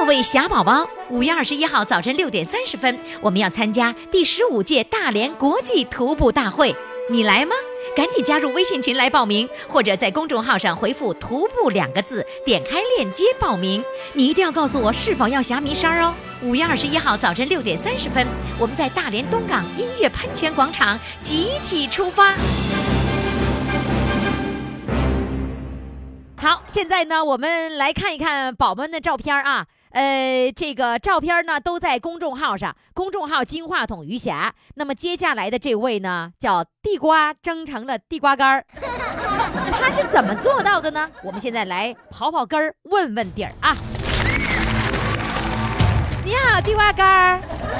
各位小宝宝，5月21号早晨6点30分，我们要参加第15届大连国际徒步大会，你来吗？赶紧加入微信群来报名，或者在公众号上回复"徒步"2个字，点开链接报名。你一定要告诉我是否要虾米衫哦。5月21号早晨6点30分，我们在大连东港音乐喷泉广场集体出发。好，现在呢，我们来看一看宝宝们的照片啊。这个照片呢都在公众号上，公众号金话筒余霞。那么接下来的这位呢，叫地瓜蒸成了地瓜干儿，他是怎么做到的呢？我们现在来刨刨根儿，问问底儿啊。你好，地瓜干儿。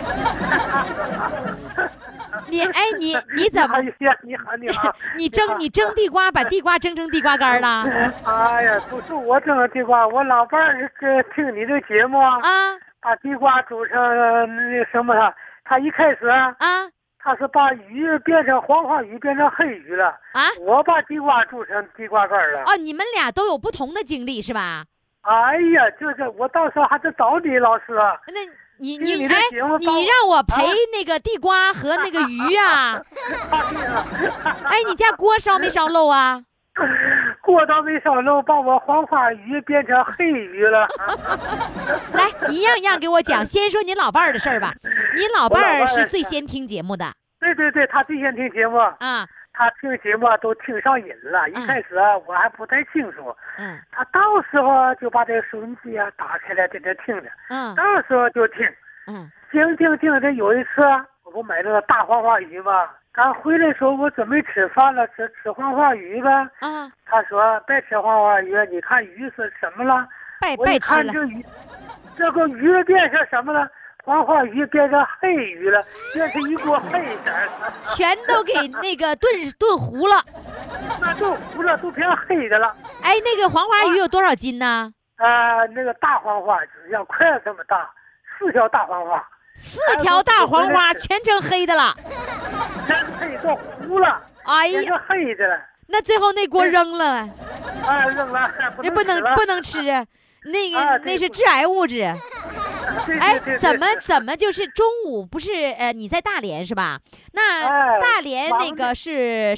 你怎么？ 你好。 你蒸地瓜，把地瓜蒸成地瓜干了？ 哎呀，不是我蒸的地瓜，我老伴儿听你的节目啊，把地瓜煮成那什么了。他一开始他是把鱼变成黄花鱼变成黑鱼了啊，我把地瓜煮成地瓜干了。 哦，你们俩都有不同的经历是吧？ 哎呀，就是我到时候还得找你老师啊。 那你让我陪那个地瓜和那个鱼啊？哎，你家锅烧没烧漏啊？ 锅倒没烧漏，把我黄花鱼变成黑鱼了。 来，一样一样给我讲。先说你老伴儿的事儿吧。你老伴儿是最先听节目的。 对，他最先听节目啊。他听节目都听上瘾了。一开始我还不太清楚。他到时候就把这个收音机打开来在这听着。到时候就听。听着，有一次我不买那个大黄花鱼嘛，刚回来的时候我准备吃饭了，吃黄花鱼吧。他说别吃黄花鱼，你看鱼是什么了？我一看这鱼，这个鱼变成什么了？黄花鱼变成黑鱼了，变成一锅黑色， 全都给那个炖糊了。 那都糊了，都变黑的了。 哎，那个黄花鱼有多少斤呢？ 那个大黄花就像筷子这么大，4条大黄花 ，4条大黄花全成黑的了， 全黑都糊了， 哎呀， 变成黑的了。 那最后那锅扔了， 扔了， 那不能吃，那是致癌物质。哎，怎么就是中午不是你在大连是吧？那大连那个是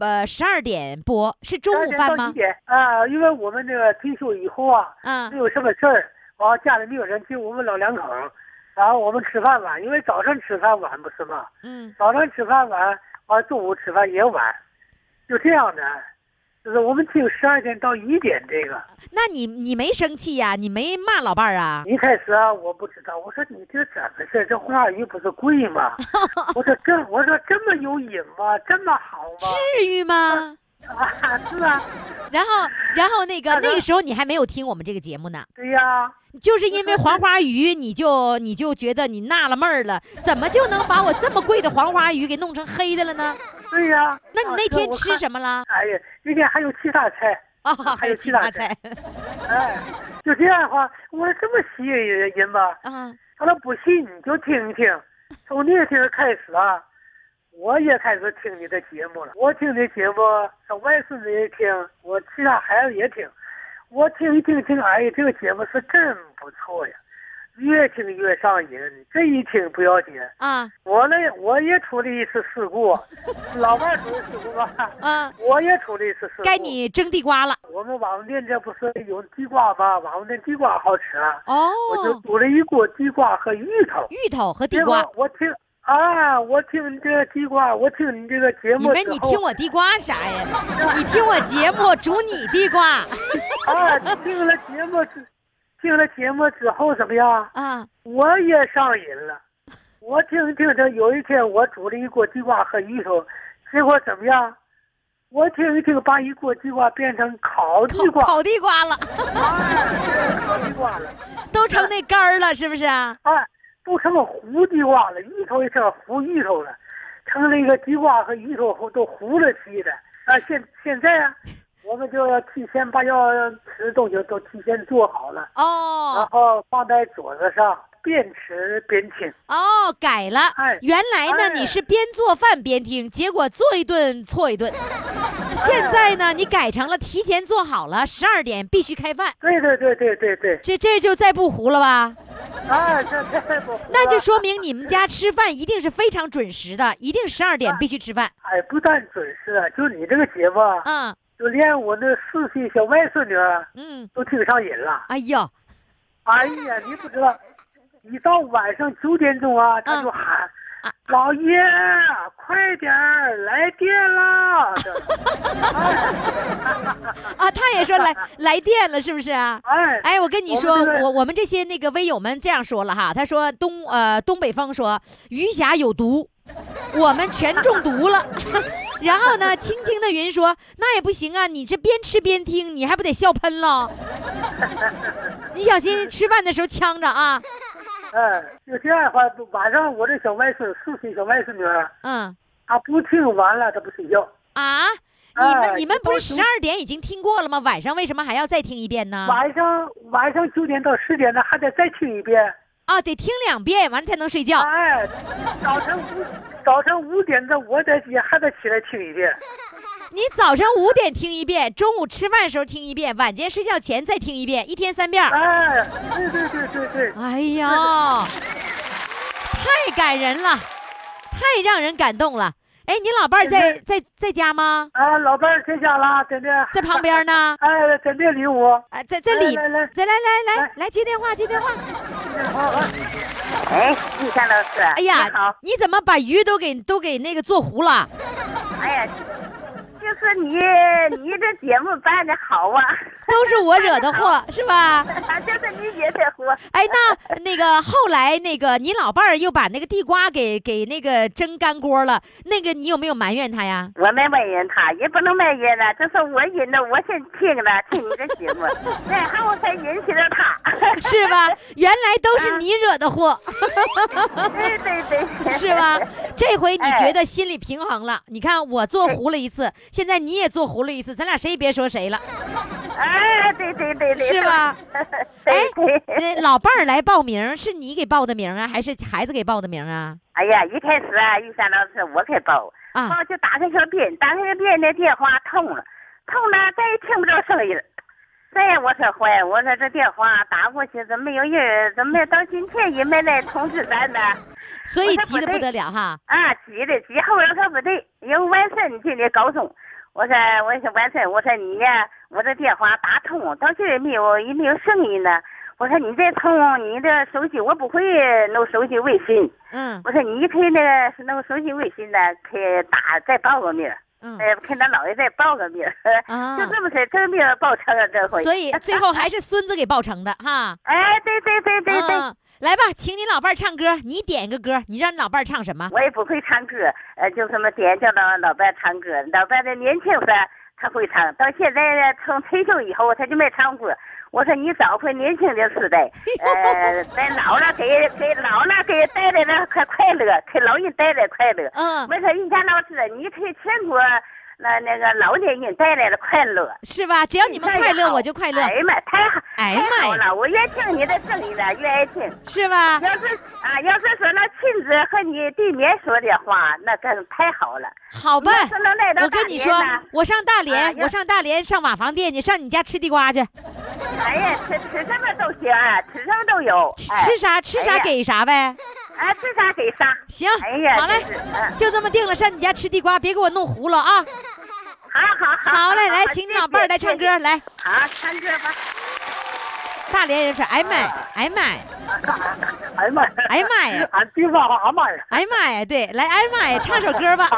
12点播，是中午饭吗？ 因为我们这个退休以后没有什么事儿，家里没有人，就我们老两口，然后我们吃饭晚，因为早上吃饭晚不是吗？早上吃饭晚，中午吃饭也晚，就这样的。就是我们听12点到1点这个。 那你没生气呀？你没骂老伴儿啊？ 一开始我不知道，我说你这怎么事？这黄花鱼不是贵吗？我说这么有瘾吗？这么好吗？ 至于吗？ 是啊。 然后那个时候你还没有听我们这个节目呢。 对呀。 就是因为黄花鱼，你就觉得你纳了闷儿了，怎么就能把我这么贵的黄花鱼给弄成黑的了呢？ 对呀。 那你那天吃什么了？ 哎呀，那天还有其他菜还有其他菜。 哎，就这样的话，我说这么吸引人吧？他说不信你就听听。从那天开始我也开始听你的节目了。我听的节目，外孙子也听，我其他孩子也听。我听一听，哎呀，这个节目是真不错呀，越听越上瘾。这一听不要紧我也出了一次事故，老伴出的事故吧？我也出了一次事故。 该你蒸地瓜了。 我们网店这不是有地瓜吗？网店地瓜好吃我就煮了一锅地瓜和芋头和地瓜。 我听你这个地瓜，我听你这个节目。 你听我地瓜啥呀？你听我节目煮你地瓜。 听了节目之后怎么样？我也上瘾了。我听着，有一天我煮了一锅地瓜和芋头，结果怎么样？我听一听，把一锅地瓜变成烤地瓜了。烤地瓜了， 都成那干儿了，是不是啊？ 都成了糊地瓜了，芋头也成了糊芋头了，成了一个地瓜和芋头都糊了起的。现在我们就要提前把要吃的东西都提前做好了然后放在桌子上， 边吃边听。 哦，改了。原来呢，你是边做饭边听，结果做一顿错一顿。现在呢，你改成了提前做好了，12点必须开饭。 对。 这就再不糊了吧？ 这不糊了。 那就说明你们家吃饭一定是非常准时的，一定12点必须吃饭。 不但准时，就你这个节目，就连我那4岁小外孙女，都听上瘾了。 哎呀， 你不知道，一到晚上9点钟啊，他就喊。老爷，快点来电了！ 他也说来电了，是不是啊？我跟你说，我们这些那个微友们这样说了哈，他说东北风说余霞有毒，我们全中毒了。然后呢，轻轻的云说那也不行啊，你这边吃边听，你还不得笑喷了？你小心吃饭的时候呛着啊。 就这样的话，晚上我这小外孙4岁小外孙女，她不听完了，她不睡觉啊。你们不是12点已经听过了吗？晚上为什么还要再听一遍呢？ 晚上9点到10点呢，还得再听一遍得听2遍，完了才能睡觉。 早晨5点的，我也还得起来听一遍。 你早上5点听一遍，中午吃饭的时候听一遍，晚间睡觉前再听一遍，1天3遍。 对。 哎呀，太感人了，太让人感动了。你老伴儿在家吗？ 老伴儿在家了， 在旁边呢。 在这里我。 在里。来接电话。 玉霞老师。 哎呀，你怎么把鱼都给那个做糊了？ 哎呀。就是你这节目办的好啊， 都是我惹的祸是吧？ 就是你惹的祸。 那个后来那个你老伴儿又把那个地瓜给那个蒸干锅了，那个你有没有埋怨他呀？ 我没埋怨他，也不能埋怨了，这是我引的，我先听你的节目，然后才引起了他， 是吧？原来都是你惹的祸。 对， 是吧？这回你觉得心里平衡了？你看我做糊了一次。现在你也做糊了一次，咱俩谁也别说谁了。 对， 是吧？ 对。 老伴儿来报名，是你给报的名啊，还是孩子给报的名啊？ 哎呀，一开始玉霞老师我给报，就打开小便，的电话通了，再也听不着声音了。我说坏，我说这电话打过去怎么没有人，怎么到今天也没来通知咱呢？ 所以急得不得了哈。 急后来说不对，因为完事你今天高中，我说完事，我说你呀，我这电话打通，到这也没有声音呢。我说你再通你的手机，我不会弄手机微信。我说你可以弄手机微信呢，可以再报个名。看他姥爷再报个名，就这么事，这名报成了这回。 所以最后还是孙子给报成的哈。 对。 来吧，请你老伴儿唱歌，你点一个歌，你让你老伴儿唱什么？ 我也不会唱歌，就这么点叫老伴儿唱歌。老伴儿的年轻时他会唱，到现在呢，从退休以后他就没唱过。我说你找回年轻的时代，在老了给带来了快乐，给老人带来快乐。我说玉霞老师，你给全国那个老年人带来了快乐， 是吧？只要你们快乐，我就快乐。 哎呀妈，太好了！ 我越听你的声音了，越爱听， 是吧？ 要是说那亲自和你对面说的话，那更太好了。 好吧，我跟你说，我上大连上瓦房店，你上你家吃地瓜去。 哎呀，吃什么都行，吃什么都有。 吃啥给啥呗。 吃啥给啥。 行，好嘞，就这么定了，上你家吃地瓜，别给我弄糊了啊。好嘞，来，请你老伴儿来唱歌，来。 好，唱歌吧。 大连人说：“哎妈呀， 哎妈呀， 俺地方阿妈呀， 哎妈呀，对，来，哎妈呀，唱首歌吧。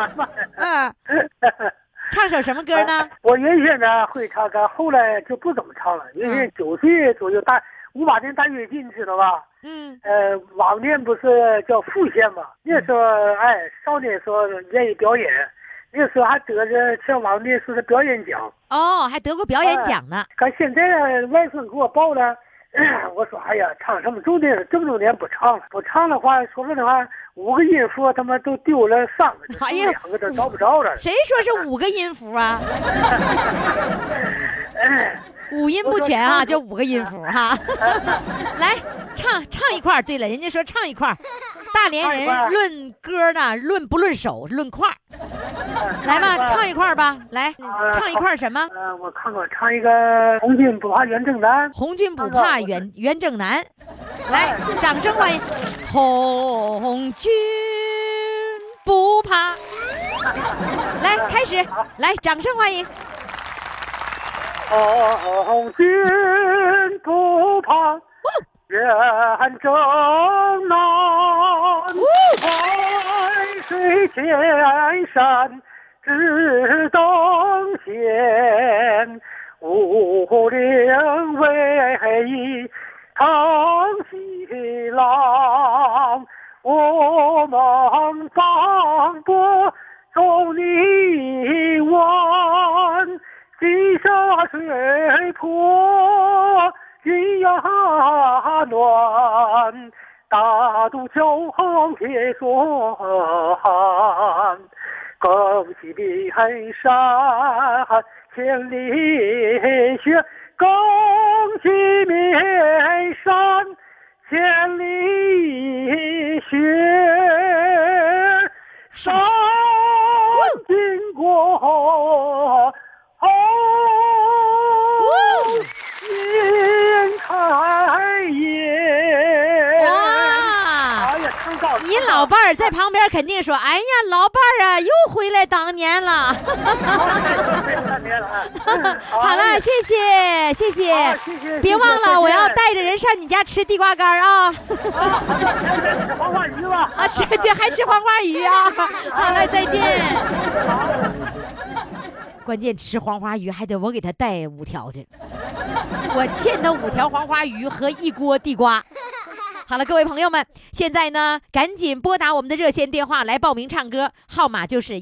唱首什么歌呢？ 我原先呢会唱歌，后来就不怎么唱了。因为9岁左右58年大跃进，知道吧？往年不是叫复县嘛？那时候少年时候愿意表演，那时候还得着像往年说的表演奖。 还得过表演奖呢。 可现在外甥给我报了。我说哎呀，唱什么重点不唱了，不唱的话，说实话，5个音符他妈都丢了3个，2个都找不着了。 谁说是5个音符啊？ 五音不全啊，就5个音符哈。来唱一块。对了，人家说唱一块，大连人论歌呢，不论手，论块。来吧，唱一块吧。来，唱一块什么？ 我看看，唱一个红军不怕远征难。 红军不怕远征难。来，掌声欢迎红军不怕。来，开始，来，掌声欢迎。 红军不怕远征难，淮水千山只等闲，五岭逶迤腾西浪，我们放拨众泥湾，积沙水波云呀暖，大渡桥横铁索汉，恭喜碧黑山千里雪，恭喜岷山千里雪，山经过云开眼。 哇！你老伴儿在旁边肯定说：“哎呀，老伴儿啊，又回来当年了。”好了，谢谢，别忘了我要带着人上你家吃地瓜干啊！ 吃黄花鱼吧！ 啊，还吃黄花鱼啊！好了，再见。关键吃黄花鱼还得我给他带5条去，我欠他5条黄花鱼和1锅地瓜。好了，各位朋友们，现在呢，赶紧拨打我们的热线电话来报名唱歌，号码就是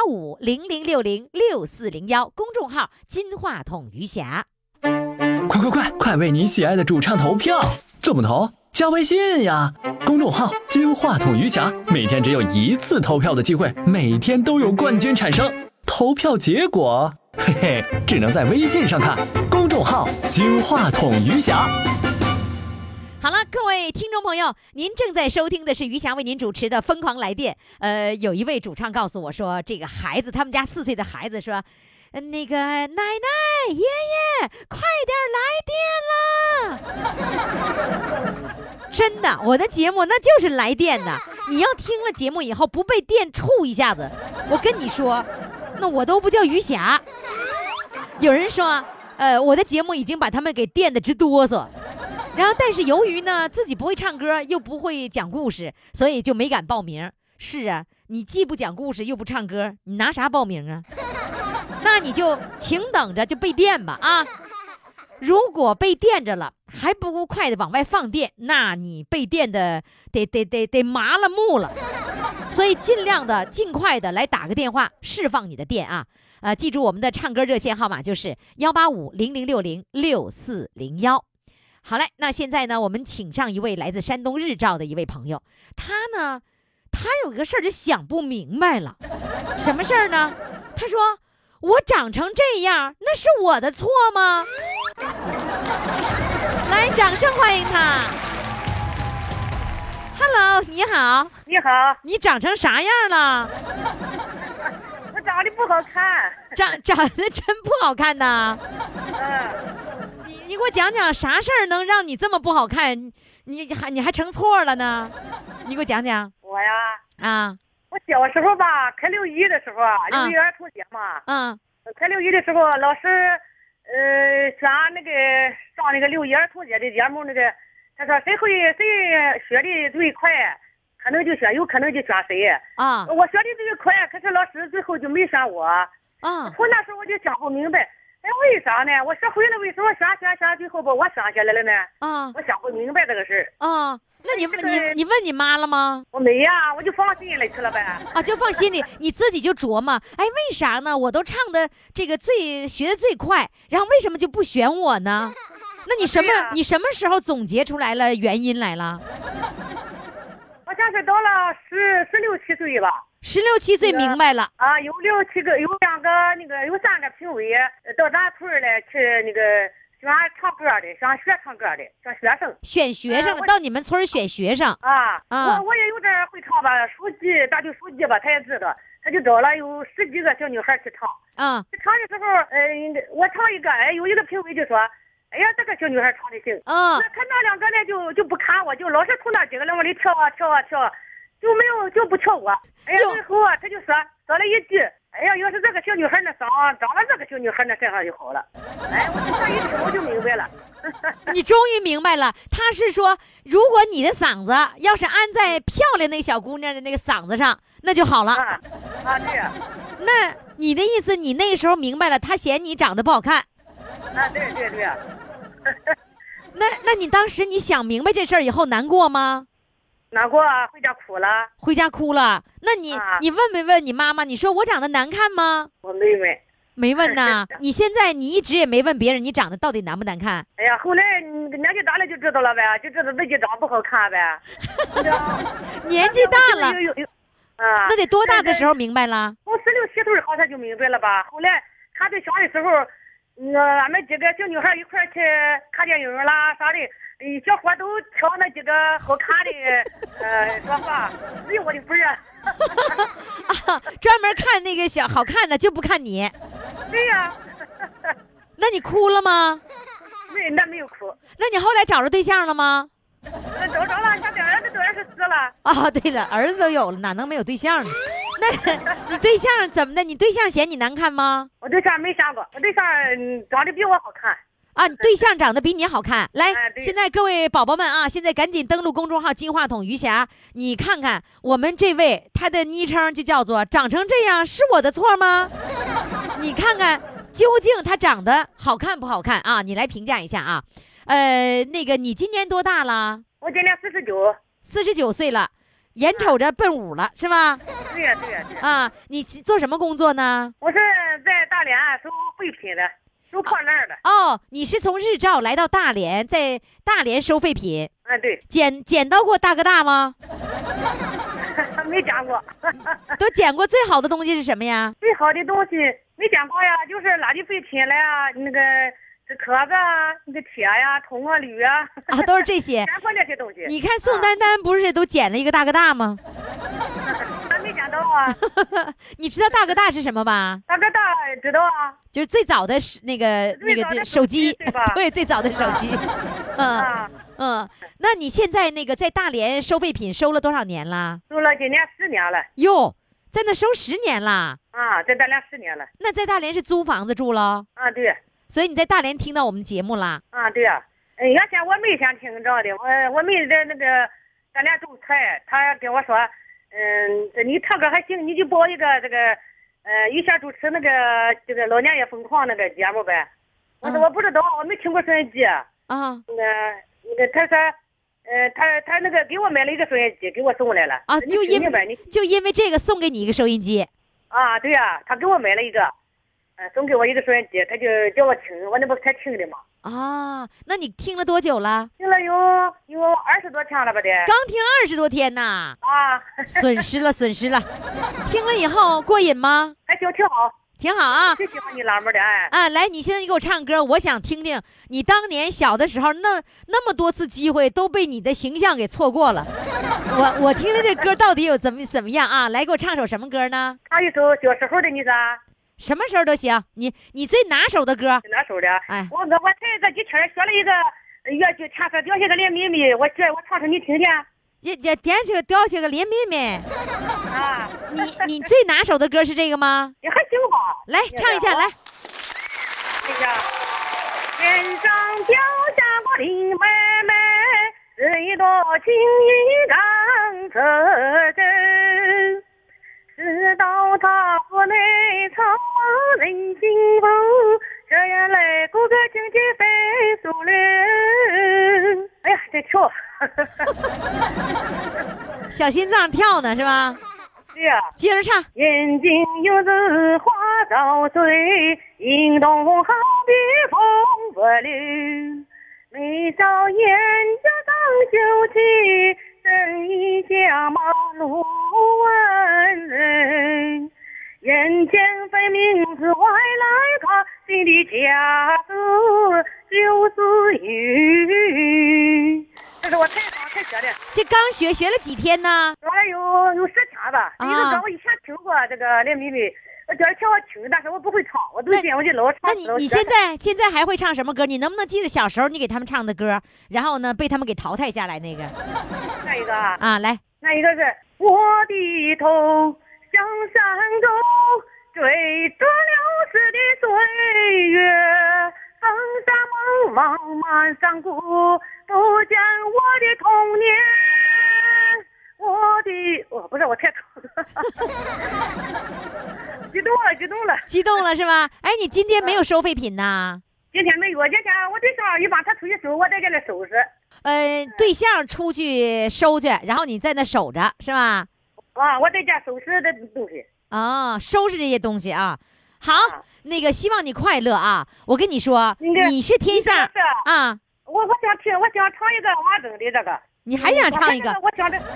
18500606401，公众号金话筒余霞。 快为你喜爱的主唱投票！怎么投？加微信呀，公众号金话筒余霞，每天只有1次投票的机会，每天都有冠军产生。投票结果，只能在微信上看，公众号金话筒余霞。 好了，各位听众朋友，您正在收听的是余霞为您主持的《疯狂来电》。有一位主唱告诉我说，这个孩子，他们家4岁的孩子说，那个奶奶、爷爷，快点来电啦！真的，我的节目那就是来电的。你要听了节目以后不被电触一下子，我跟你说，那我都不叫余霞。有人说，我的节目已经把他们给电得直哆嗦。然后，但是由于呢自己不会唱歌，又不会讲故事，所以就没敢报名。是啊，你既不讲故事又不唱歌，你拿啥报名啊？那你就请等着就被电吧啊！如果被电着了，还不够快的往外放电，那你被电的得麻了木了。所以尽快的来打个电话释放你的电啊！记住我们的唱歌热线号码就是18500606401。好嘞，那现在呢，我们请上一位来自山东日照的一位朋友，他有个事儿就想不明白了，什么事儿呢？他说：“我长成这样，那是我的错吗？”来，掌声欢迎他。Hello， 你好。 你好。 你长成啥样了？ 我长得不好看。 长得真不好看呐。你给我讲讲啥事儿能让你这么不好看？你还成错了呢？你给我讲讲。 我呀， 我小时候吧，开6一的时候啊，幼儿童节嘛，开6一的时候，老师选那个上那个6一儿童节的节目，那个他说谁学的最快，有可能就选谁啊。我学的最快，可是老师最后就没选我啊。从那时候我就想不明白，为啥呢？我学会了，为什么选最后把我选下来了呢？我想不明白这个事儿。 那你问你妈了吗？ 我没呀，我就放心里去了呗。 就放心里，你自己就琢磨，为啥呢？我都唱的这个学的最快，然后为什么就不选我呢？那你什么时候总结出来了原因来了？ 好像是到了16、17岁吧。 16、17岁明白了啊，有6、7个，有2个有3个评委到咱村来去选唱歌的，想学唱歌的，选学生。 选学生到你们村选学生啊！我也有点会唱吧，大队书记吧，他也知道，他就找了有10几个小女孩去唱。去唱的时候，我唱一个，有一个评委就说：“哎呀，这个小女孩唱的行。”他那2个呢就不看我，就老是从那几个人往里跳啊跳啊跳，就不跳我。哎呀，最后他就说了一句：“哎呀，要是这个小女孩那长了这个小女孩那身上就好了。”哎，我这一听我就明白了。 你终于明白了，他是说，如果你的嗓子要是安在漂亮那小姑娘的那个嗓子上，那就好了。 对呀。 那你的意思，你那时候明白了，他嫌你长得不好看。 对呀。 那你当时你想明白这事儿以后难过吗？ 难过啊，回家哭了。 回家哭了？那你问没问你妈妈？你说我长得难看吗？ 我没问。 没问呐。你现在你一直也没问别人你长得到底难不难看？ 哎呀，后来年纪大了就知道了呗，就知道自己长不好看呗。 年纪大了。那得多大的时候明白了？ 我16、17岁好像就明白了吧。后来看对象的时候，俺们几个小女孩一块去看电影啦啥的，小伙都挑那几个好看的说话，只有我的份儿啊。 专门看那个小好看的，就不看你。 对呀。 那你哭了吗？ 那没有哭。 那你后来找着对象了吗？ 找着了，现在儿子都24了。 对了，儿子都有了，哪能没有对象呢？那你对象怎么的？你对象嫌你难看吗？ 我对象没想过，我对象长得比我好看。 你对象长得比你好看。来，现在各位宝宝们啊，现在赶紧登录公众号金话筒余霞，你看看我们这位他的昵称就叫做长成这样是我的错吗？你看看究竟他长得好看不好看啊？你来评价一下啊。那个你今年多大了？ 我今年 49岁了，眼瞅着奔5了是吧？ 对呀。 你做什么工作呢？ 我是在大连收废品的，收破烂的。 你是从日照来到大连，在大连收废品。 对。 捡到过大哥大吗？ 没捡过。 都捡过最好的东西是什么呀？ 最好的东西没捡过呀，就是垃圾废品了呀，这壳子啊，铁呀、铜啊、铝啊， 都是这些。 捡过那些东西。 你看宋丹丹不是都捡了一个大哥大吗？ 还没捡到啊。 你知道大哥大是什么吧？ 大哥大知道啊， 就是最早的那个手机， 对吧？ 对，最早的手机。那你现在那个在大连收废品收了多少年了？ 收了今年10年了。 哟，在那收10年了。 在大连10年了。 那在大连是租房子住了？ 对。 所以你在大连听到我们节目了？ 对呀。原先我没先听着的，我妹在那个大连种菜，她跟我说，你唱歌还行，你就报一个这个余霞主持这个老年也疯狂那个节目呗。我说我不知道，我没听过收音机。他说，他那个给我买了一个收音机，给我送来了。 就因为这个送给你一个收音机。 对呀，他给我买了一个。送给我一个收音机，他就叫我听，我那不才听的嘛。 那你听了多久了？ 听了有20多天了吧得。 刚听20多天呐。损失了。听了以后过瘾吗？ 还行，挺好啊。最喜欢你老妹的来，你现在给我唱歌，我想听听你当年小的时候那么多次机会都被你的形象给错过了。我听的这歌到底有怎么样啊？来，给我唱首什么歌呢？ 唱一首小时候的你啥？ 什么时候都行，你最拿手的歌？ 拿手的，我才这几天学了一个越剧，唱个掉下个连咪咪，我唱唱你听听。 掉下个连咪咪。你最拿手的歌是这个吗？ 也还行吧。 来唱一下，来。 天上掉下个林妹妹，是一朵情意刚侧身。直到他府内苍茫人心风，这样来骨骼经济飞速人。哎呀，这跳小心脏跳呢是吧？ 对呀。 接着唱。 眼睛有日花照水，引动好比风波流，眉梢眼角当秀气，正义相貌路温人，眼前分明是外来他，心里家子就是鱼。这是我才学的。 这刚学了几天呢？ 学了有10天吧。这个歌我以前听过，这个连妹妹，我觉得挺好听，但是我不会唱，我都见我就老唱。 那你现在还会唱什么歌？你能不能记得小时候你给他们唱的歌，然后呢被他们给淘汰下来那个？ 那一个啊， 来， 那一个是我的头向山沟，追逐流逝的岁月，风沙茫茫满山谷，不见我的童年。不是我太激动了是吧？哎，你今天没有收废品呐？ 今天没有，今天我对象一般他出去收，我在这里收拾。 对象出去收去，然后你在那守着是吧？ 啊，我在家收拾的东西。 收拾这些东西啊。好，那个希望你快乐啊！我跟你说，你是天下啊！ 我想唱一个马铮的这个。 你还想唱一个？ 我想唱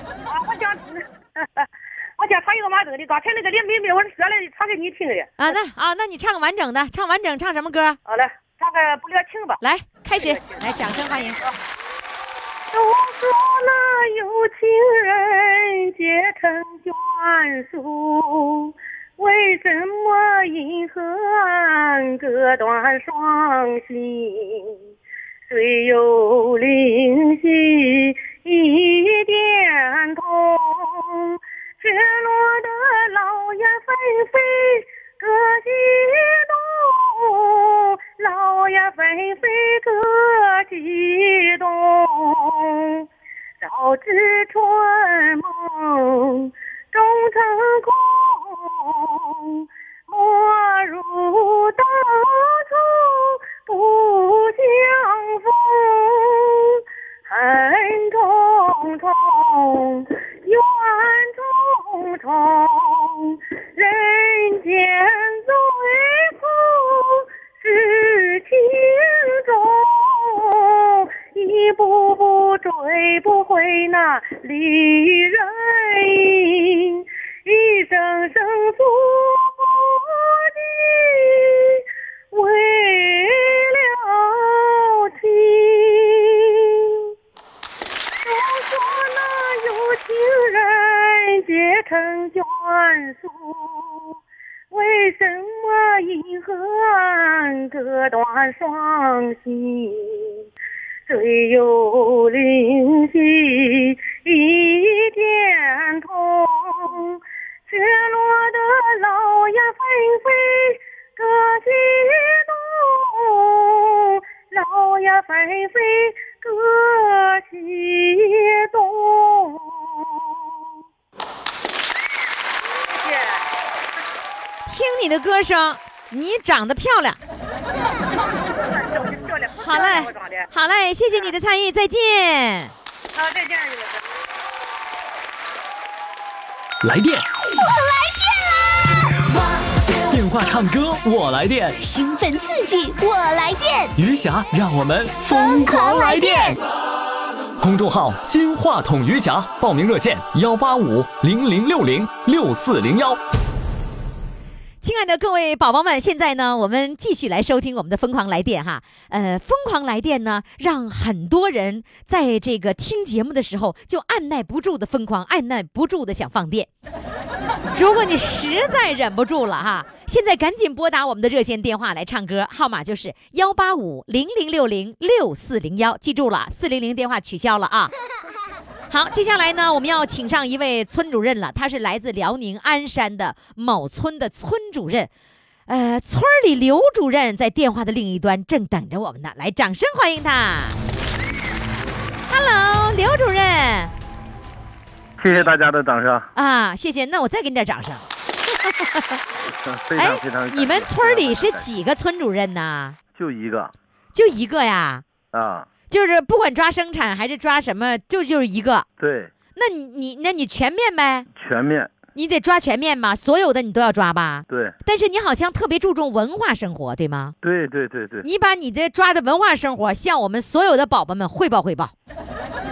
一个马铮的。刚才那个连妹妹，我是说了唱给你听的。 那你唱个完整的，唱什么歌？ 好了，唱个不了情吧。 来，开始，来，掌声欢迎。 都说了有情人结成眷属，为什么因何隔断双心？虽有灵犀一点通，赤裸的老雁纷飞各激动，老雁纷飞各激动，早知春梦终成空，莫如当初不相逢，恨重重，怨重重，人间最后是情重，一步步追不回那离人影，一声声诉不尽为了情。都说了有情人结成眷属，为什么因何隔断双心？虽有灵犀一点通，赤裸的老雁纷飞各激动，老雁纷飞各激动。谢谢。 听你的歌声，你长得漂亮。好嘞，好嘞，谢谢你的参与，再见。 好，再见。 来电，我来电啦！电话唱歌，我来电； 兴奋刺激，我来电。 余霞，让我们疯狂来电！公众号“金话筒余霞”，报名热线185-0060-6401。 亲爱的各位宝宝们，现在呢，我们继续来收听我们的疯狂来电哈。疯狂来电呢，让很多人在这个听节目的时候就按耐不住的疯狂，按耐不住的想放电。如果你实在忍不住了哈，现在赶紧拨打我们的热线电话来唱歌，号码就是185-0060-6401，记住了，400电话取消了啊。好，接下来呢，我们要请上一位村主任了，他是来自辽宁鞍山的某村的村主任，村里刘主任在电话的另一端正等着我们呢，来，掌声欢迎他。Hello， 刘主任。 谢谢大家的掌声啊，谢谢，那我再给你点掌声。 非常非常。 你们村里是几个村主任呢？ 就一个。 就一个呀？ 啊。 就是不管抓生产还是抓什么，就是一个。 对。 那你全面呗？ 全面。 你得抓全面嘛，所有的你都要抓吧？ 对。 但是你好像特别注重文化生活，对吗？ 对对对对。 你把你的抓的文化生活向我们所有的宝宝们汇报汇报。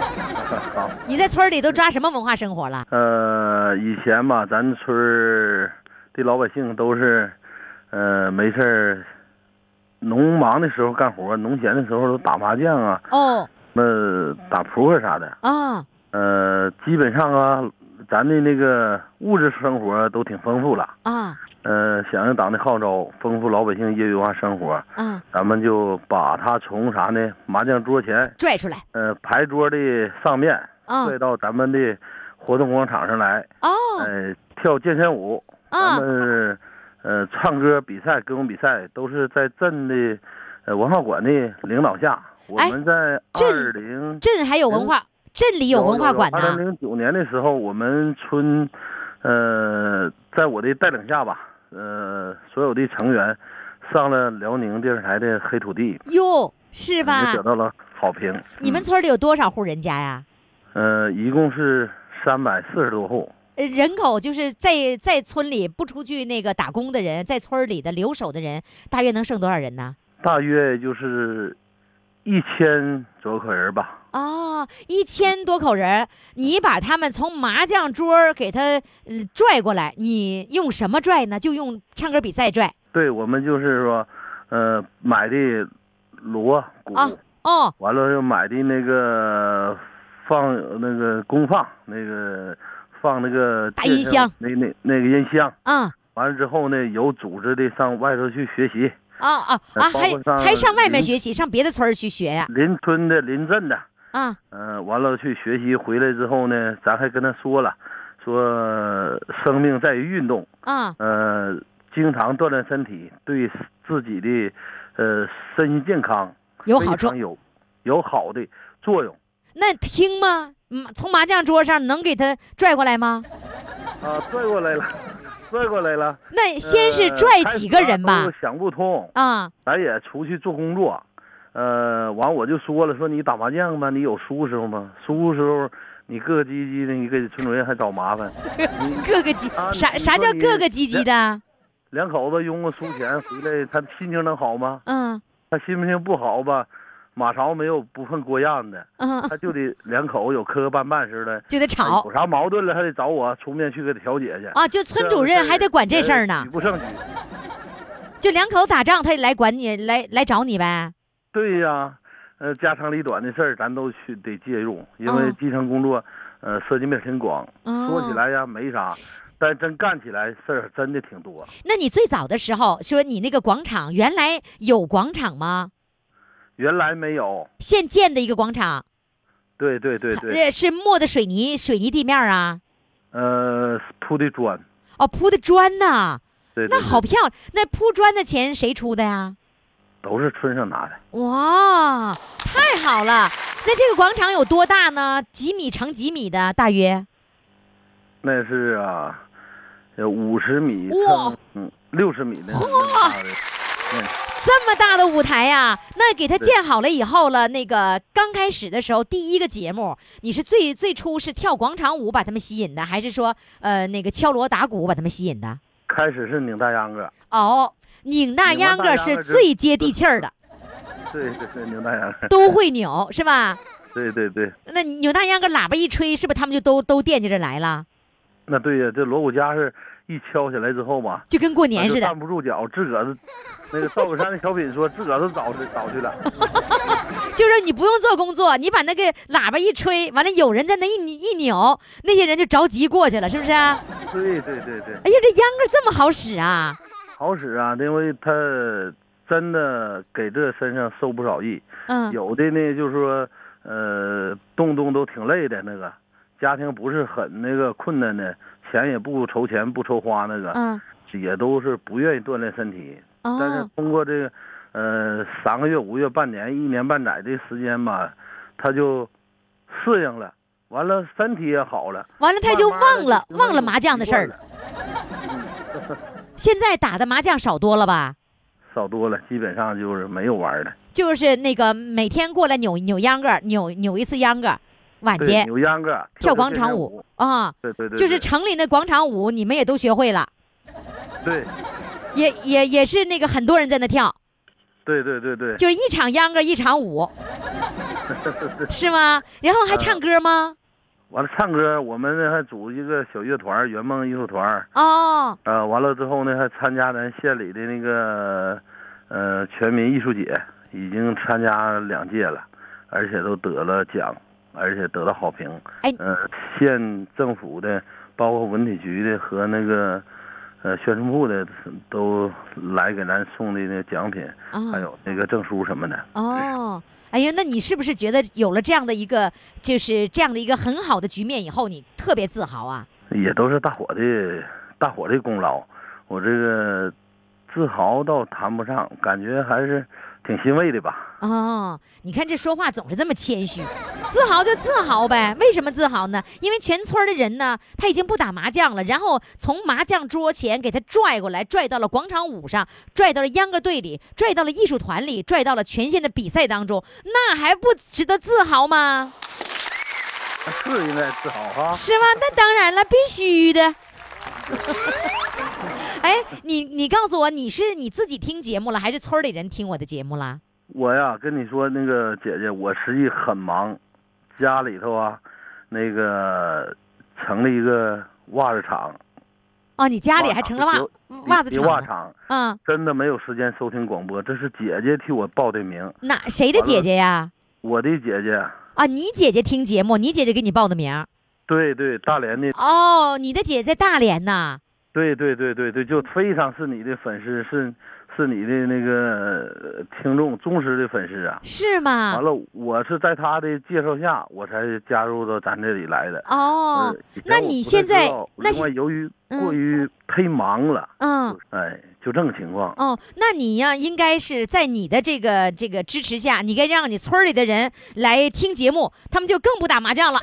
好。 你在村里都抓什么文化生活了？ 以前吧，咱村的老百姓都是，没事儿，农忙的时候干活，农闲的时候都打麻将啊。 哦。 那打扑克啥的。 啊。 基本上啊，咱的那个物质生活都挺丰富了。 啊。 响应党的号召，丰富老百姓业余化生活。咱们就把他从啥呢？麻将桌前拽出来。 牌桌的上面，拽到咱们的活动广场上来。跳健身舞。咱们唱歌比赛、歌咏比赛都是在镇的文化馆的领导下。我们在镇还有文化，镇里有文化馆呢。 2009年的时候，我们村在我的带领下吧，所有的成员上了辽宁电视台的黑土地。 哟，是吧？ 得到了好评。 你们村里有多少户人家呀？ 一共是340多户。 人口就是在村里不出去那个打工的人，在村里的留守的人，大约能剩多少人呢？ 大约就是1000多口人吧。 1000多口人，你把他们从麻将桌给他拽过来，你用什么拽呢？就用唱歌比赛拽。 对，我们就是说，买的锣鼓。完了又买的那个放那个功放那个。放那个大音箱， 那个音箱。完了之后呢，有组织的上外头去学习。 还上外面学习，上别的村去学呀？ 邻村的、邻镇的。完了去学习，回来之后呢，咱还跟他说了，说生命在于运动。经常锻炼身体，对自己的身心健康有好处， 有好的作用。 那听吗？从麻将桌上能给他拽过来吗？ 拽过来了。 那先是拽几个人吧？ 想不通咱也出去做工作。完我就说了，说你打麻将吧，你有输时候吗？输时候你各个唧唧的，你给村主任还找麻烦。 各个唧啥叫各个唧唧的？ 两口子用个输钱回来，他心情能好吗？他心情不好吧？马槽没有不分锅样的，他就得两口有磕磕绊绊似的， 就得吵， 有啥矛盾了还得找我出面去给他调解去。 就村主任还得管这事儿呢， 举不胜举。 就两口打仗，他得来管你，来找你呗。 对呀，家长里短的事儿咱都得介入，因为基层工作，涉及面挺广。说起来呀没啥，但真干起来事儿真的挺多。 那你最早的时候说你那个广场原来有广场吗？ 原来没有， 现建的一个广场。 对， 是磨的水泥地面啊？ 铺的砖。 铺的砖呐。 对， 那好漂亮。那铺砖的钱谁出的呀？ 都是村上拿的。 哇，太好了！那这个广场有多大呢？几米乘几米的，大约？ 那是有50米乘60米的。 哇！这么大的舞台呀！那给它建好了以后了，那个刚开始的时候，第一个节目，你是最初是跳广场舞把他们吸引的，还是说那个敲锣打鼓把他们吸引的？ 开始是拧大秧歌。 拧大秧歌是最接地气儿的。 对，拧大秧歌都会扭是吧？ 对。 那扭大秧歌喇叭一吹，是不是他们就都惦记着来了？ 那对呀，这锣鼓家是一敲起来之后嘛， 就跟过年似的， 站不住脚，自个儿那个赵本山的小品说，自个儿都找去了。 就是你不用做工作，你把那个喇叭一吹，完了有人在那一扭，那些人就着急过去了，是不是？ 对。哎呀， 这秧歌这么好使啊！ 好使啊，因为他真的给这身上受不少益。有的呢就是说，动都挺累的那个。家庭不是很那个困难的，钱也不筹钱不筹花那个，也都是不愿意锻炼身体。但是通过这个3个月、5个月、半年、1年半载的时间吧，他就适应了，完了身体也好了， 完了他就忘了麻将的事儿了。现在打的麻将少多了吧？ 少多了，基本上就是没有玩的， 就是那个每天过来扭秧歌，扭一次秧歌。晚间扭秧歌， 跳广场舞啊！ 对， 就是城里的广场舞，你们也都学会了。 对， 也是那个很多人在那跳。 对， 就是一场秧歌一场舞。 是吗？然后还唱歌吗？ 完了唱歌，我们还组一个小乐团，圆梦艺术团。 哦。 完了之后呢，还参加咱县里的那个全民艺术节，已经参加2届了，而且都得了奖，而且得到好评。 哎。 县政府的，包括文体局的和那个宣传部的都来给咱送的那奖品，还有那个证书什么的。 哦。哎呀，那你是不是觉得有了这样的一个，就是这样的一个很好的局面以后，你特别自豪啊？ 也都是大伙的功劳，我这个自豪倒谈不上，感觉还是挺欣慰的吧。 哦，你看这说话总是这么谦虚，自豪就自豪呗。为什么自豪呢？因为全村的人呢，他已经不打麻将了，然后从麻将桌前给他拽过来，拽到了广场舞上，拽到了秧歌队里，拽到了艺术团里，拽到了全县的比赛当中，那还不值得自豪吗？ 是应该自豪哈。 是吗？那当然了，必须的。哎，你告诉我，你是你自己听节目了，还是村里人听我的节目了？ 我呀，跟你说，那个姐姐，我实际很忙，家里头啊，那个成立一个袜子厂。 哦，你家里还成了袜子厂？ 袜厂。嗯，真的没有时间收听广播，这是姐姐替我报的名。 谁的姐姐呀？ 我的姐姐。 啊，你姐姐听节目，你姐姐给你报的名。 对对，大连的。 哦，你的姐姐在大连呐。 对，就非常是你的粉丝，是你的那个听众忠实的粉丝啊。 是吗？ 完了，我是在他的介绍下，我才加入到咱这里来的。 哦，那你现在另外由于过于忒忙了，就这个情况。 哦，那你呀，应该是在你的这个支持下，你该让你村里的人来听节目，他们就更不打麻将了。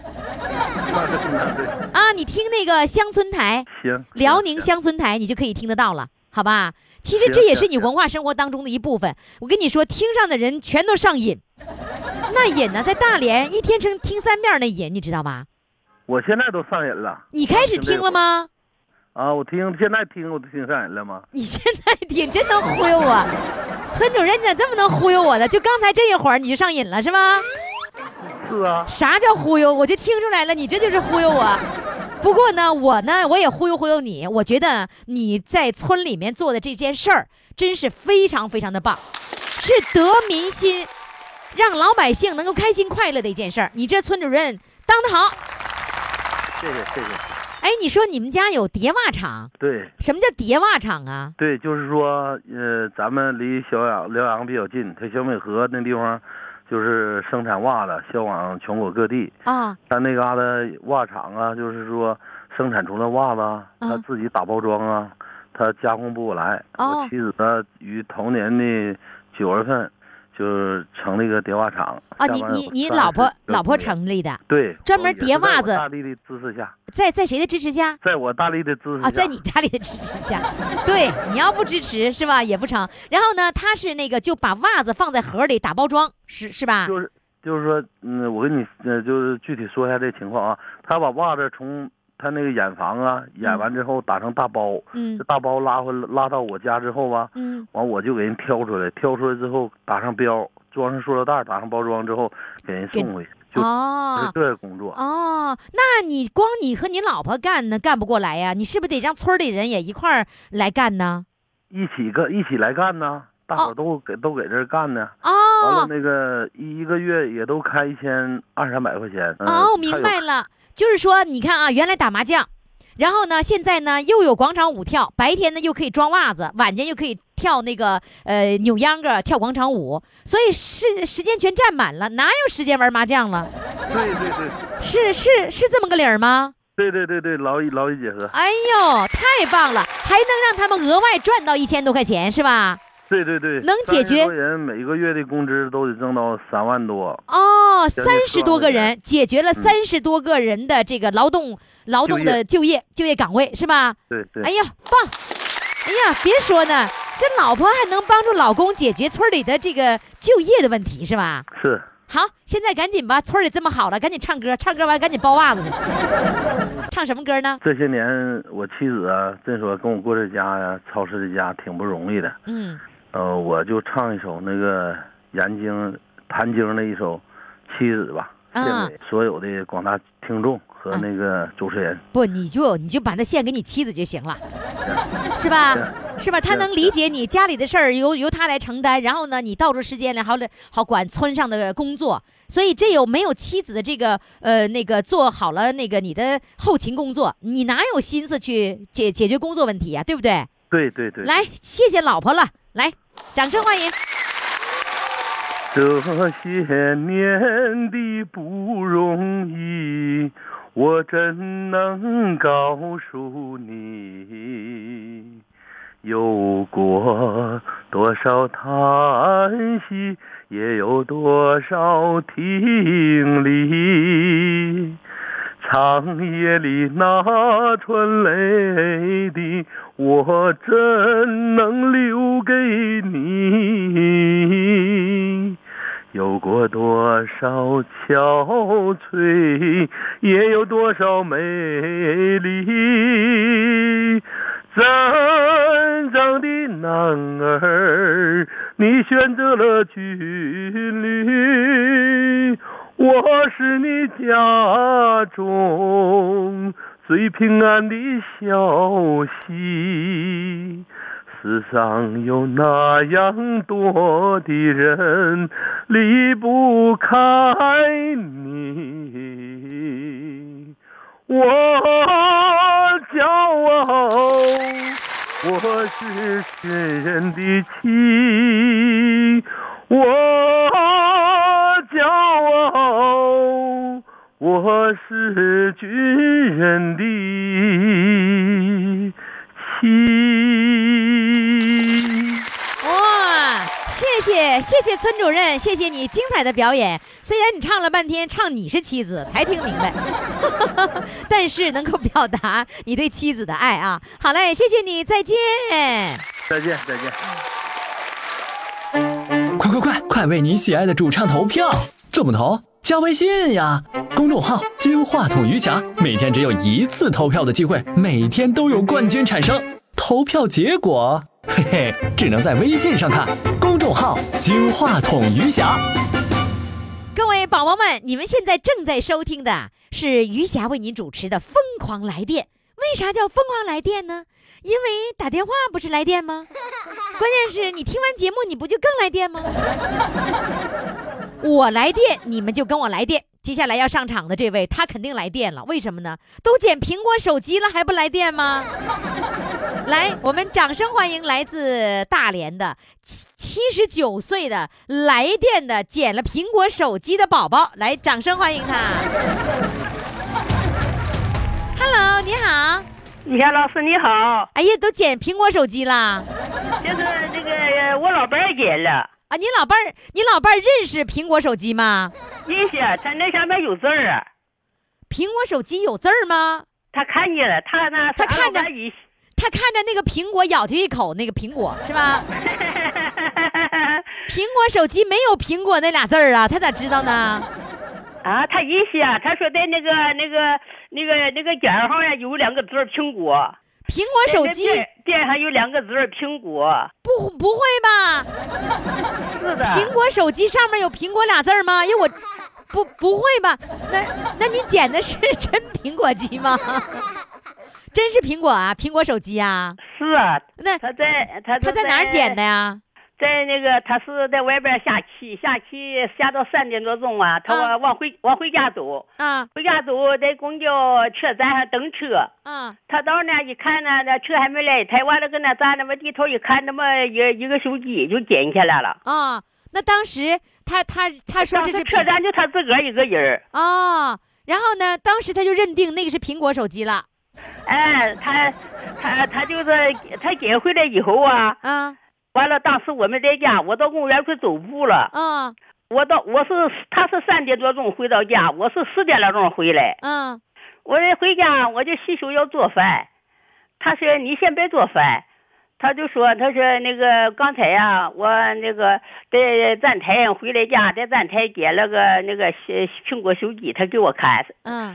啊，你听那个乡村台， 行， 辽宁乡村台，你就可以听得到了，好吧？其实这也是你文化生活当中的一部分。我跟你说，听上的人全都上瘾，那瘾呢，在大连一天听3遍那瘾，你知道吗？ 我现在都上瘾了。 你开始听了吗？ 啊，我现在听我都听上瘾了吗？ 你现在听真能忽悠我，村主任你咋这么能忽悠我的？就刚才这一会儿你就上瘾了是吗？ 是啊。 啥叫忽悠？我就听出来了，你这就是忽悠我。不过呢，我也忽悠你。我觉得你在村里面做的这件事儿，真是非常非常的棒，是得民心，让老百姓能够开心快乐的一件事儿。你这村主任当得好。 谢谢。 哎，你说你们家有叠袜厂？ 对。 什么叫叠袜厂啊？ 对，就是说，咱们离辽阳比较近，它小美河那地方，就是生产袜子，销往全国各地啊。但那嘎达袜厂啊，就是说生产出来袜子，他自己打包装啊，他加工不过来。我妻子呢，于头年的9月份。就是成立一个叠袜厂啊！你老婆成立的？ 对， 专门叠袜子。 大力的支持下， 在谁的支持下？ 在我大力的支持下。 在你大力的支持下。对，你要不支持是吧，也不成。然后呢，他是那个就把袜子放在盒里打包装，是吧？ 就是说，我跟你就是具体说一下这情况啊。他把袜子从他那个染房啊，染完之后打成大包，这大包拉到我家之后吧，完我就给人挑出来之后打上标，装上塑料袋，打上包装之后给人送回去，就是这个工作。 哦，那你光你和你老婆干呢，干不过来呀？你是不是得让村里人也一块儿来干呢？ 一起来干呢，大伙都给这干呢。 哦， 完了那个一个月也都开1200-300块钱。 哦，明白了。就是说，你看啊，原来打麻将，然后呢，现在呢又有广场舞跳，白天呢又可以装袜子，晚间又可以跳那个扭秧歌，跳广场舞，所以时间全占满了，哪有时间玩麻将了？ 对， 是这么个理儿吗？ 对，劳逸结合。 哎呦，太棒了，还能让他们额外赚到1000多块钱，是吧？ 对， 能解决。 30多人每个月的工资都得挣到3万多。 哦，30多个人解决了30多个人的这个劳动的就业岗位，是吧？ 对。 哎呀，棒！哎呀，别说呢，这老婆还能帮助老公解决村里的这个就业的问题，是吧？ 是。 好，现在赶紧吧，村里这么好了，赶紧唱歌，唱歌完赶紧包袜子去。唱什么歌呢？ 这些年我妻子啊，真说跟我过这家呀，超市的家挺不容易的。我就唱一首那个谭晶的一首妻子吧，献给所有的广大听众和那个主持人。 不，你就把它献给你妻子就行了，是吧？是吧？他能理解你家里的事儿由他来承担，然后呢，你倒出时间来好管村上的工作。所以这有没有妻子的这个那个做好了那个你的后勤工作，你哪有心思去解决工作问题呀？对不对？ 对。 来，谢谢老婆了，来，掌声欢迎。 这些年的不容易，我怎能告诉你？有过多少叹息，也有多少听力。长夜里那春泪的，我怎能留给你？有过多少憔悴，也有多少美丽。真正的男儿，你选择了军旅，我是你家中最平安的消息。世上有那样多的人离不开你，我骄傲，我是军人的妻，我骄傲，我是军人的妻。 谢谢村主任，谢谢你精彩的表演。虽然你唱了半天，唱你是妻子才听明白，但是能够表达你对妻子的爱啊。好嘞，谢谢你，再见。 再见。 快为你喜爱的主唱投票！怎么投？加微信呀，公众号金话筒余霞，每天只有一次投票的机会，每天都有冠军产生。投票结果，嘿嘿，只能在微信上看。公众号金话筒余霞。 各位宝宝们，你们现在正在收听的是余霞为您主持的《疯狂来电》。为啥叫疯狂来电呢？因为打电话不是来电吗？关键是你听完节目，你不就更来电吗？我来电，你们就跟我来电。接下来要上场的这位，他肯定来电了。为什么呢？都捡苹果手机了，还不来电吗？来，我们掌声欢迎来自大连的79岁的来电的捡了苹果手机的宝宝，来，掌声欢迎他。Hello， 你好。 余霞老师你好。 哎呀，都捡苹果手机了？ 就是这个我老伴儿捡了。 啊，你老伴儿认识苹果手机吗？ 认识，他那上面有字儿啊。 苹果手机有字儿吗？ 他看见了，他看着那个苹果咬进一口，那个苹果是吧？苹果手机没有苹果那俩字儿啊，他咋知道呢？ 啊，他认识啊，他说在那个卷上呀有2个字苹果。 苹果手机店上有2个字苹果。 不会吧？ 是的。 苹果手机上面有苹果俩字吗？因为我不会吧？那你捡的是真苹果机吗？真是苹果啊，苹果手机啊。 是啊。 那他在哪儿捡的呀？ 在那个他是在外边下棋下到3点多钟啊，他往回家走啊，回家走在公交车站上等车啊，他到那一看呢，那车还没来，他完了跟那站那么低头一看，那么一个手机就捡起来了啊。那当时他说这是车站就他自个儿一个人啊，然后呢，当时他就认定那个是苹果手机了。 哎，他就是他捡回来以后啊。完了，当时我们在家，我到公园去走步了。他是3点多钟回到家，我是4点来钟回来。我这回家我就洗手要做饭，他说你先别做饭，他说那个刚才呀，我那个在站台回来家，在站台捡了个那个苹果手机，他给我看。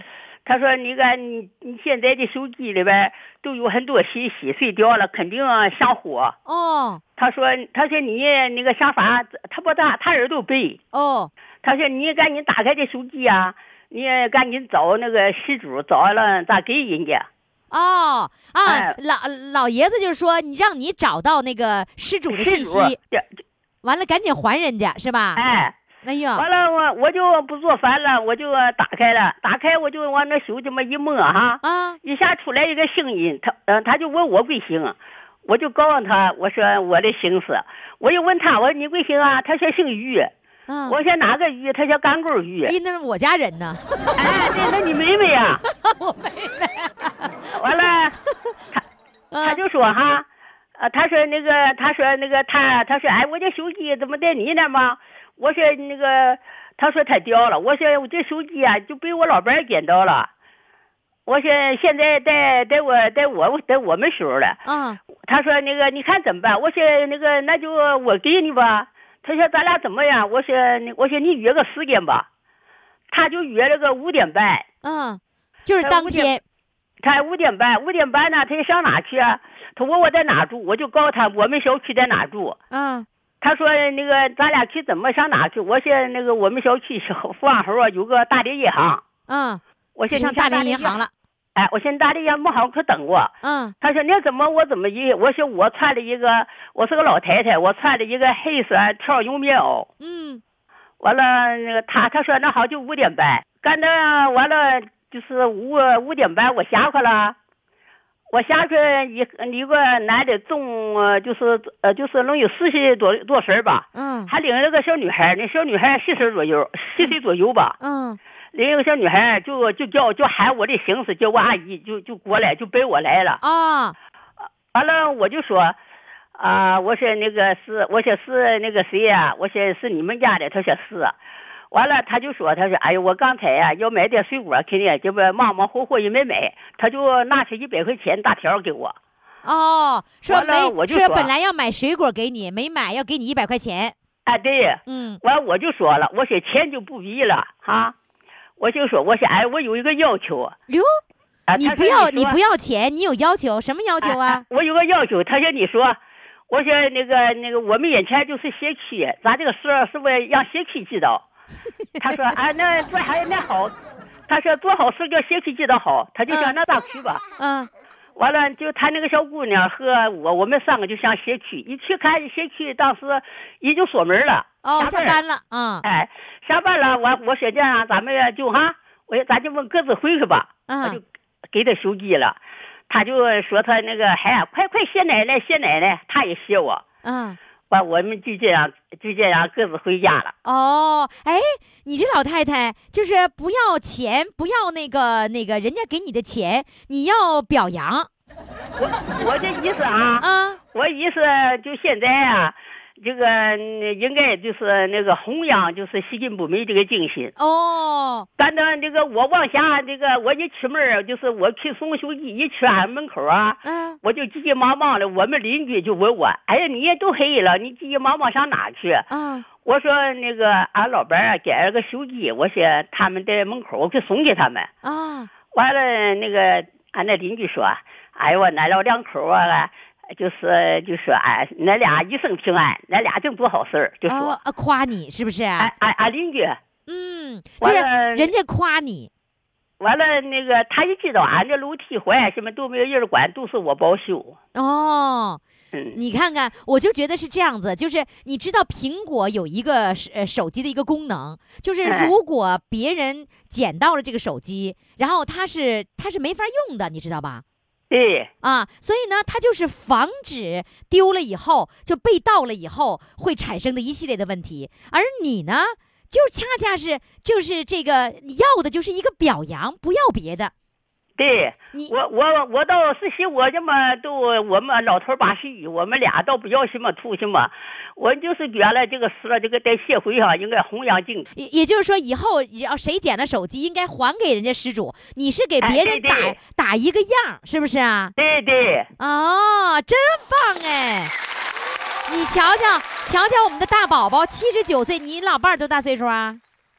他说你现在的手机里边都有很多信息，碎掉了肯定上火。 哦， 他说你那个想法，他耳朵背。 哦， 他说你赶紧打开这手机啊，你赶紧找那个失主，找了咋给人家。 哦啊，哎、老爷子就说让你找到那个失主的信息，完了赶紧还人家是吧？哎呀， 完了我就不做饭了，我就打开我就往那手这么一摸哈，一下出来一个声音，他就问我贵姓，我就告诉他我说我的姓氏，我又问他我说你贵姓啊？他说姓于。我说哪个鱼？他叫干沟鱼。 那是我家人呢。 哎，对，那你妹妹呀？ 我妹妹。 完了，他就说哈，他说哎，我这手机怎么在你那吗？我说那个，他说他掉了。我说我这手机啊，就被我老伴捡到了。我说现在在我们手了。他说那个你看怎么办？我说那个那就我给你吧。他说咱俩怎么样？我说你约个时间吧。他就约了个5点半。 就是当天。 他5点半呢，他上哪去啊？他问我在哪住，我就告诉他我们小区在哪住。他说那个咱俩去怎么上哪去？我说那个我们小区福安后有个大连银行。我说上大连银行了。 哎，我说大连银行可等我。他说那怎么我怎么一？我说我穿了一个，我是个老太太，我穿了一个黑色条绒棉袄。完了那个他说那好就5点半，干的完了就是5点半我下去了。我下去一个男的重就是能有40多岁吧。还领了个小女孩，那小女孩10岁左右吧。另一个小女孩就叫喊我的姓氏，叫我阿姨，就过来就背我来了。完了我就说我说那个是那个谁呀？我说是你们家的，他说是。完了他就说哎呦我刚才呀要买点水果，肯定这不忙忙活活也没买，他就拿出100块钱大条给我。 说本来要买水果给你，没买要给你100块钱。 对。完我就说了，我说钱就不必了哈。我就说哎，我有一个要求。 哟，你不要钱，你有要求？什么要求啊？ 我有个要求。他说你说，我说那个我们眼前就是社区，咱这个事是不是让社区知道？他说那做还那好，他说做好事叫社区知道好，他就想那咋去吧。完了就他那个小姑娘和我们3个就上社区，一去看社区当时已经锁门了。 下班了。 下班了，我说这样咱们就咱就问各自回去吧。我就给他手机了，他就说他那个快谢奶奶，他也谢我。完我们就这样各自回家了。 哎，你这老太太就是不要钱，不要那个人家给你的钱，你要表扬。 我这意思我意思就现在啊，这个应该就是那个弘扬就是拾金不昧这个精神。干到这个我往下这个我一出门就是我去送手机，一去俺门口我就急急忙忙的，我们邻居就问我，哎呀你也都黑了，你急急忙忙上哪去？我说那个俺老伴给了个手机，我说他们在门口，我去送给他们。完了那个俺那邻居说，哎呦俺老两口就说哎，那俩一生平安，那俩净做好事儿，就说夸你是不是？ 俺邻居。 就是人家夸你。 完了那个他一知道俺这楼梯坏什么都没有人管，都是我包修。 你看看，我就觉得是这样子，就是你知道苹果有一个手机的一个功能，就是如果别人捡到了这个手机，然后他是没法用的，你知道吧？ 对所以呢，它就是防止丢了以后就被盗了以后会产生的一系列的问题。而你呢，就恰恰就是这个要的就是一个表扬，不要别的。 对，我倒是寻我这么都我们老头81，我们俩倒不要什么图什么，我就是觉得这个事这个在社会上应该弘扬精神。 也就是说，以后要谁捡了手机，应该还给人家失主。你是给别人打一个样，是不是啊？ 对。 真棒哎！你瞧瞧我们的大宝宝79岁，你老伴儿多大岁数啊？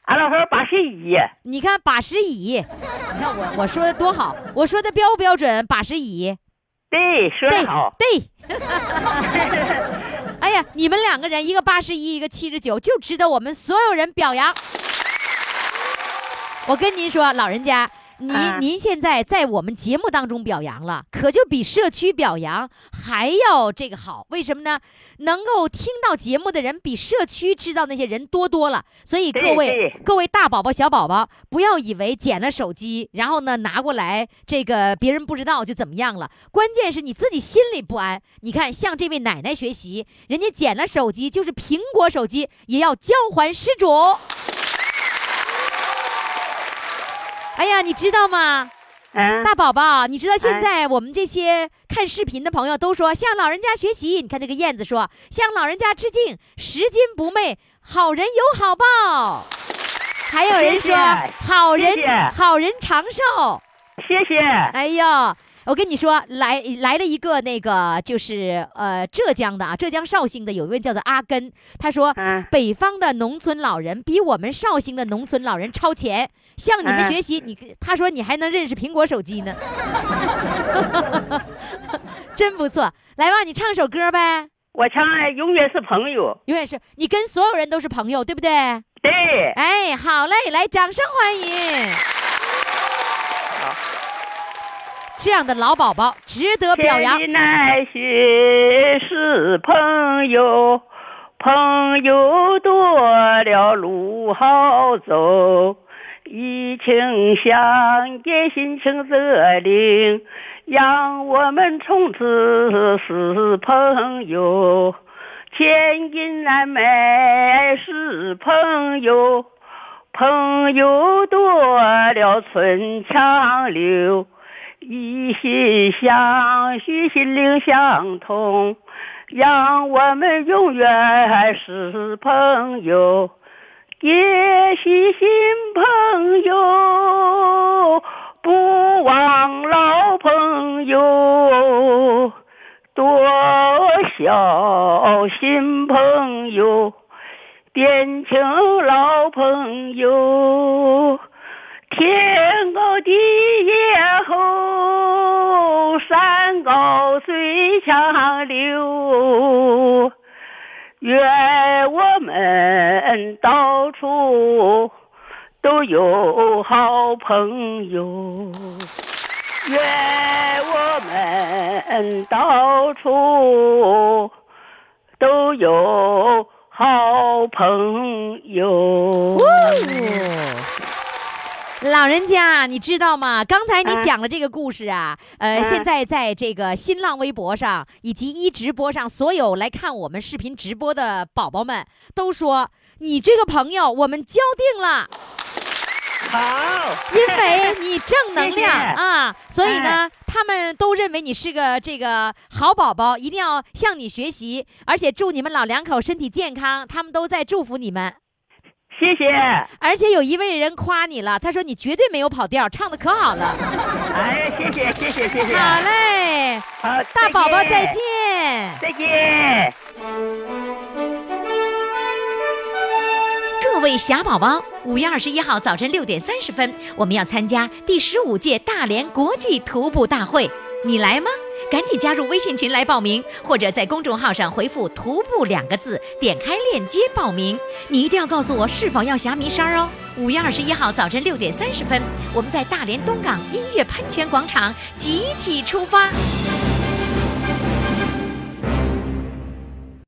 俺老头81。 你看80以，你看我说的多好，我说的标不标准？80以。 对，说得好。 对。哎呀，你们2个人，一个81，一个79，就值得我们所有人表扬。我跟您说，老人家，您现在在我们节目当中表扬了，可就比社区表扬还要这个好。为什么呢？能够听到节目的人比社区知道那些人多了。所以各位大宝宝小宝宝，不要以为捡了手机，然后呢拿过来，这个别人不知道就怎么样了。关键是你自己心里不安。你看，向这位奶奶学习，人家捡了手机，就是苹果手机，也要交还失主。哎呀，你知道吗？大宝宝，你知道现在我们这些看视频的朋友都说向老人家学习。你看这个燕子说向老人家致敬，10斤不昧，好人有好报。还有人说好人长寿。 谢谢。 哎呦，我跟你说，来了一个那个就是浙江的啊，浙江绍兴的有一位叫做阿根，他说北方的农村老人比我们绍兴的农村老人超前，向你们学习。他说你还能认识苹果手机呢。真不错。来吧，你唱首歌呗。 我唱永远是朋友。 永远是，你跟所有人都是朋友，对不对？ 对。 哎，好嘞，来掌声欢迎。这样的老宝宝值得表扬。 千里难寻是朋友，朋友多了路好走，以情相结，心诚则灵，让我们从此是朋友。千金难买是朋友，朋友多了春长留，一心相许，心灵相通，让我们永远是朋友。也许新朋友，不忘老朋友，多少新朋友变成老朋友。天高地也厚，山高水长流，愿我们到处都有好朋友，愿我们到处都有好朋友。 老人家，你知道吗？刚才你讲了这个故事啊，现在在这个新浪微博上以及直播上，所有来看我们视频直播的宝宝们都说你这个朋友我们交定了。 好， 因为你正能量谢谢啊，所以呢，他们都认为你是个这个好宝宝，一定要向你学习，而且祝你们老两口身体健康，他们都在祝福你们。 谢谢。 而且有一位人夸你了，他说你绝对没有跑调，唱的可好了。 哎，谢谢谢谢谢谢。 好嘞， 好， 大宝宝再见。 再见。 各位小宝宝，5月21号早晨6点30分，我们要参加第15届大连国际徒步大会，你来吗？赶紧加入微信群来报名，或者在公众号上回复徒步2个字，点开链接报名。你一定要告诉我是否要霞迷衫哦。5月21号早晨6点30分，我们在大连东港音乐喷泉广场集体出发。